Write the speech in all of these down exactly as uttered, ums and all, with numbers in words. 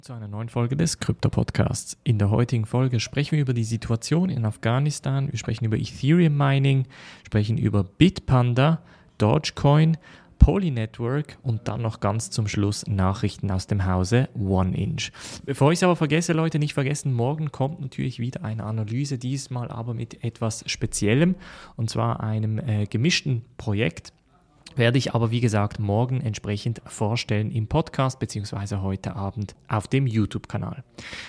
Zu einer neuen Folge des Krypto-Podcasts. In der heutigen Folge sprechen wir über die Situation in Afghanistan, wir sprechen über Ethereum Mining, sprechen über Bitpanda, Dogecoin, Poly Network und dann noch ganz zum Schluss Nachrichten aus dem Hause OneInch. Bevor ich es aber vergesse, Leute, nicht vergessen, morgen kommt natürlich wieder eine Analyse, diesmal aber mit etwas Speziellem, und zwar einem äh, gemischten Projekt. Werde ich aber, wie gesagt, morgen entsprechend vorstellen im Podcast beziehungsweise heute Abend auf dem YouTube-Kanal.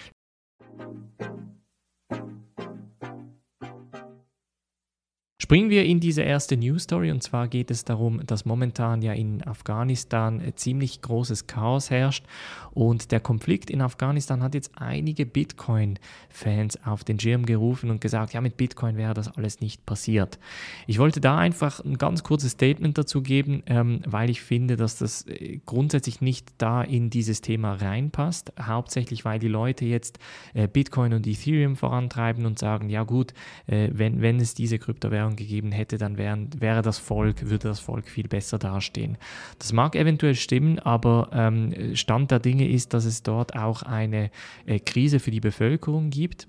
Springen wir in diese erste News-Story, und zwar geht es darum, dass momentan ja in Afghanistan ziemlich großes Chaos herrscht und der Konflikt in Afghanistan hat jetzt einige Bitcoin-Fans auf den Schirm gerufen und gesagt, ja, mit Bitcoin wäre das alles nicht passiert. Ich wollte da einfach ein ganz kurzes Statement dazu geben, ähm, weil ich finde, dass das grundsätzlich nicht da in dieses Thema reinpasst, hauptsächlich weil die Leute jetzt äh, Bitcoin und Ethereum vorantreiben und sagen, ja gut, äh, wenn, wenn es diese Kryptowährung gegeben hätte, dann wären, wäre das Volk, würde das Volk viel besser dastehen. Das mag eventuell stimmen, aber ähm, Stand der Dinge ist, dass es dort auch eine äh, Krise für die Bevölkerung gibt.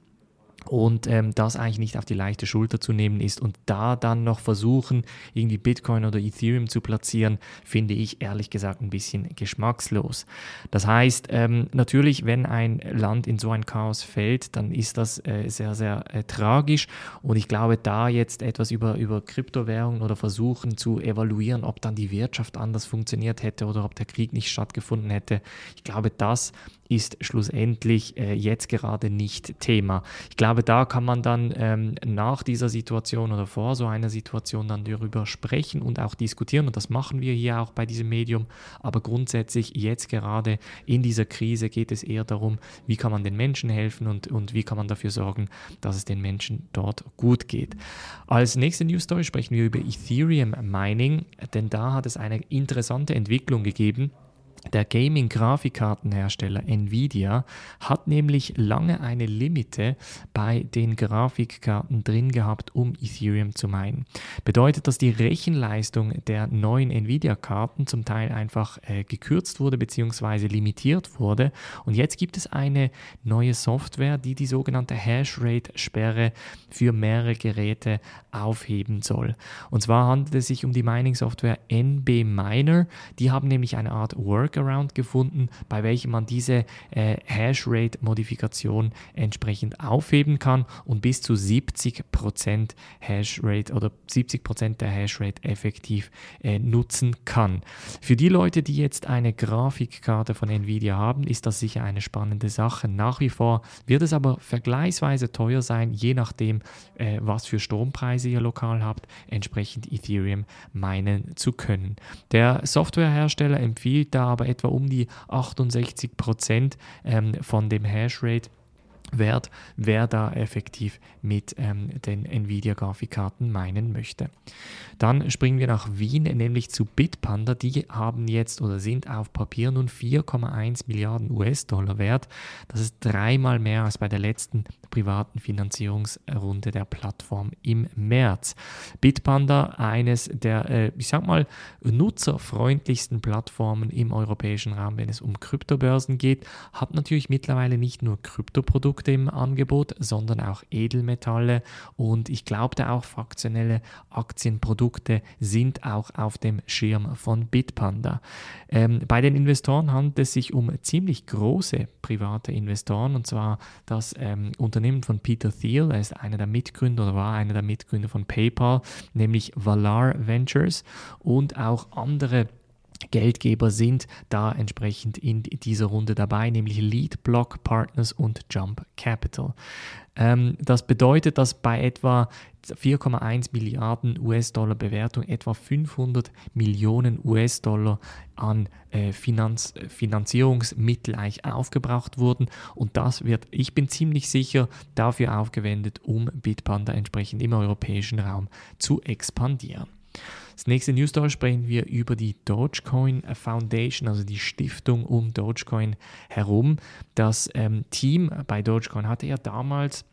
Und ähm, das eigentlich nicht auf die leichte Schulter zu nehmen ist und da dann noch versuchen, irgendwie Bitcoin oder Ethereum zu platzieren, finde ich ehrlich gesagt ein bisschen geschmackslos. Das heißt, ähm, natürlich, wenn ein Land in so ein Chaos fällt, dann ist das äh, sehr, sehr äh, tragisch und ich glaube, da jetzt etwas über, über Kryptowährungen oder versuchen zu evaluieren, ob dann die Wirtschaft anders funktioniert hätte oder ob der Krieg nicht stattgefunden hätte, ich glaube, das ist schlussendlich äh, jetzt gerade nicht Thema. Ich glaube, da kann man dann ähm, nach dieser Situation oder vor so einer Situation dann darüber sprechen und auch diskutieren und das machen wir hier auch bei diesem Medium, aber grundsätzlich jetzt gerade in dieser Krise geht es eher darum, wie kann man den Menschen helfen und, und wie kann man dafür sorgen, dass es den Menschen dort gut geht. Als nächste News Story sprechen wir über Ethereum Mining, denn da hat es eine interessante Entwicklung gegeben. Der Gaming-Grafikkartenhersteller Nvidia hat nämlich lange eine Limite bei den Grafikkarten drin gehabt, um Ethereum zu minen. Bedeutet, dass die Rechenleistung der neuen Nvidia-Karten zum Teil einfach äh, gekürzt wurde bzw. limitiert wurde. Und jetzt gibt es eine neue Software, die die sogenannte Hashrate-Sperre für mehrere Geräte aufheben soll. Und zwar handelt es sich um die Mining-Software N B Miner. Die haben nämlich eine Art Work Workaround gefunden, bei welchem man diese äh, Hashrate-Modifikation entsprechend aufheben kann und bis zu siebzig Prozent Hashrate oder siebzig Prozent der Hashrate effektiv äh, nutzen kann. Für die Leute, die jetzt eine Grafikkarte von Nvidia haben, ist das sicher eine spannende Sache. Nach wie vor wird es aber vergleichsweise teuer sein, je nachdem, äh, was für Strompreise ihr lokal habt, entsprechend Ethereum minen zu können. Der Softwarehersteller empfiehlt da aber etwa um die achtundsechzig Prozent ähm, von dem Hashrate Wert, wer da effektiv mit ähm, den Nvidia-Grafikkarten meinen möchte. Dann springen wir nach Wien, nämlich zu Bitpanda. Die haben jetzt oder sind auf Papier nun vier Komma eins Milliarden U S-Dollar wert. Das ist dreimal mehr als bei der letzten privaten Finanzierungsrunde der Plattform im März. Bitpanda, eines der, äh, ich sag mal, nutzerfreundlichsten Plattformen im europäischen Raum, wenn es um Kryptobörsen geht, hat natürlich mittlerweile nicht nur Kryptoprodukte im Angebot, sondern auch Edelmetalle und ich glaube auch fraktionelle Aktienprodukte sind auch auf dem Schirm von Bitpanda. Ähm, bei den Investoren handelt es sich um ziemlich große private Investoren und zwar das ähm, Unternehmen von Peter Thiel, er ist einer der Mitgründer oder war einer der Mitgründer von PayPal, nämlich Valar Ventures und auch andere Geldgeber sind da entsprechend in dieser Runde dabei, nämlich Lead Block Partners und Jump Capital. Ähm, das bedeutet, dass bei etwa vier Komma eins Milliarden U S-Dollar Bewertung etwa fünfhundert Millionen U S-Dollar an äh, Finanz, Finanzierungsmittel eigentlich aufgebracht wurden und das wird, ich bin ziemlich sicher, dafür aufgewendet, um Bitpanda entsprechend im europäischen Raum zu expandieren. Das nächste News Story sprechen wir über die Dogecoin Foundation, also die Stiftung um Dogecoin herum. Das ähm, Team bei Dogecoin hatte ja damals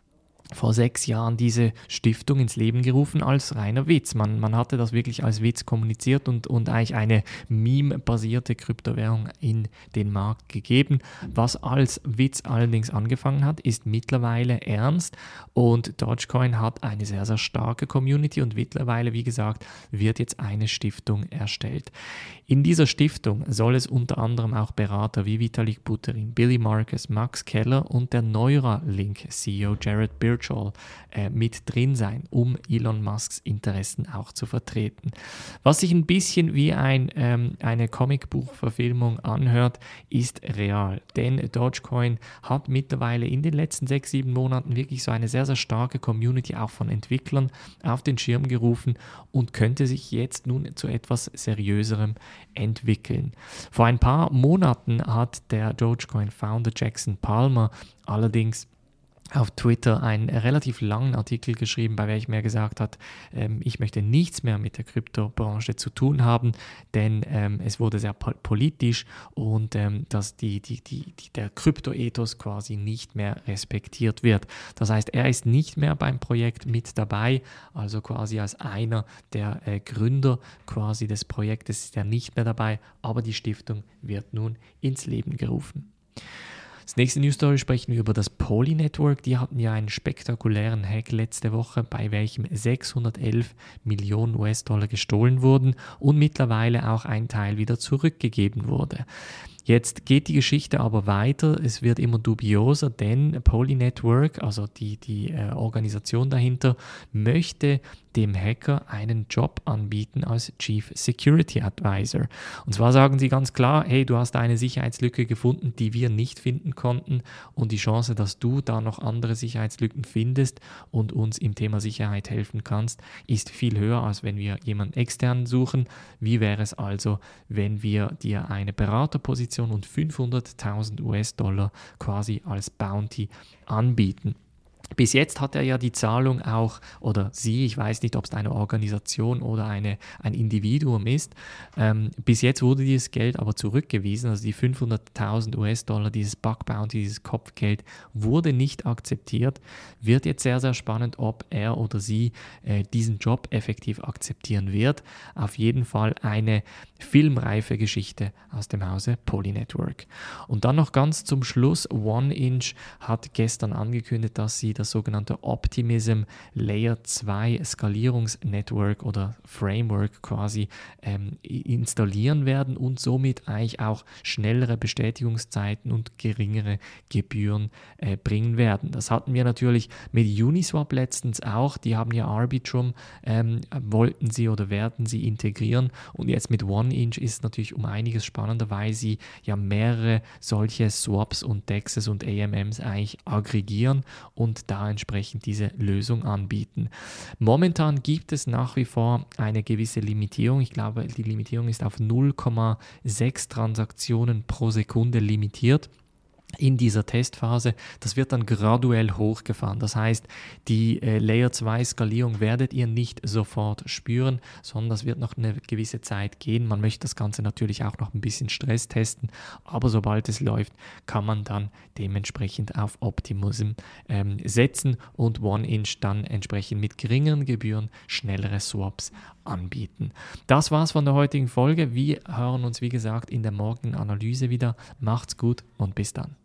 vor sechs Jahren diese Stiftung ins Leben gerufen als reiner Witz. Man, man hatte das wirklich als Witz kommuniziert und, und eigentlich eine Meme-basierte Kryptowährung in den Markt gegeben. Was als Witz allerdings angefangen hat, ist mittlerweile ernst und Dogecoin hat eine sehr, sehr starke Community und mittlerweile, wie gesagt, wird jetzt eine Stiftung erstellt. In dieser Stiftung soll es unter anderem auch Berater wie Vitalik Buterin, Billy Marcus, Max Keller und der Neuralink-C E O Jared Birchall äh, mit drin sein, um Elon Musks Interessen auch zu vertreten. Was sich ein bisschen wie ein, ähm, eine Comicbuchverfilmung anhört, ist real, denn Dogecoin hat mittlerweile in den letzten sechs, sieben Monaten wirklich so eine sehr, sehr starke Community auch von Entwicklern auf den Schirm gerufen und könnte sich jetzt nun zu etwas Seriöserem entwickeln. Vor ein paar Monaten hat der Dogecoin-Founder Jackson Palmer allerdings auf Twitter einen relativ langen Artikel geschrieben, bei welchem er gesagt hat, ähm, ich möchte nichts mehr mit der Kryptobranche zu tun haben, denn ähm, es wurde sehr po- politisch und ähm, dass die, die, die, die, der Kryptoethos quasi nicht mehr respektiert wird. Das heißt, er ist nicht mehr beim Projekt mit dabei, also quasi als einer der äh, Gründer quasi des Projektes ist er nicht mehr dabei, aber die Stiftung wird nun ins Leben gerufen. Als nächste News Story sprechen wir über das Poly Network. Die hatten ja einen spektakulären Hack letzte Woche, bei welchem sechshundertelf Millionen U S-Dollar gestohlen wurden und mittlerweile auch ein Teil wieder zurückgegeben wurde. Jetzt geht die Geschichte aber weiter, es wird immer dubioser, denn Poly Network, also die, die äh, Organisation dahinter, möchte dem Hacker einen Job anbieten als Chief Security Advisor. Und zwar sagen sie ganz klar, hey, du hast eine Sicherheitslücke gefunden, die wir nicht finden konnten und die Chance, dass du da noch andere Sicherheitslücken findest und uns im Thema Sicherheit helfen kannst, ist viel höher, als wenn wir jemanden externen suchen. Wie wäre es also, wenn wir dir eine Beraterposition und fünfhunderttausend U S-Dollar quasi als Bounty anbieten? Bis jetzt hat er ja die Zahlung auch, oder sie, ich weiß nicht, ob es eine Organisation oder eine, ein Individuum ist, ähm, bis jetzt wurde dieses Geld aber zurückgewiesen, also die fünfhunderttausend U S-Dollar, dieses Bug Bounty, dieses Kopfgeld wurde nicht akzeptiert. Wird jetzt sehr, sehr spannend, ob er oder sie äh, diesen Job effektiv akzeptieren wird. Auf jeden Fall eine filmreife Geschichte aus dem Hause Poly Network. Und dann noch ganz zum Schluss, OneInch hat gestern angekündigt, dass sie das sogenannte Optimism Layer zwei Skalierungsnetwork oder Framework quasi ähm, installieren werden und somit eigentlich auch schnellere Bestätigungszeiten und geringere Gebühren äh, bringen werden. Das hatten wir natürlich mit Uniswap letztens auch, die haben ja Arbitrum, ähm, wollten sie oder werden sie integrieren und jetzt mit OneInch ist es natürlich um einiges spannender, weil sie ja mehrere solche Swaps und Dexes und A M Ms eigentlich aggregieren und da entsprechend diese Lösung anbieten. Momentan gibt es nach wie vor eine gewisse Limitierung. Ich glaube, die Limitierung ist auf null Komma sechs Transaktionen pro Sekunde limitiert. In dieser Testphase, das wird dann graduell hochgefahren. Das heißt, die äh, Layer zwei Skalierung werdet ihr nicht sofort spüren, sondern das wird noch eine gewisse Zeit gehen. Man möchte das Ganze natürlich auch noch ein bisschen Stress testen, aber sobald es läuft, kann man dann dementsprechend auf Optimism ähm, setzen und OneInch dann entsprechend mit geringeren Gebühren schnellere Swaps anbieten. Das war's von der heutigen Folge. Wir hören uns, wie gesagt, in der morgigen Analyse wieder. Macht's gut und bis dann.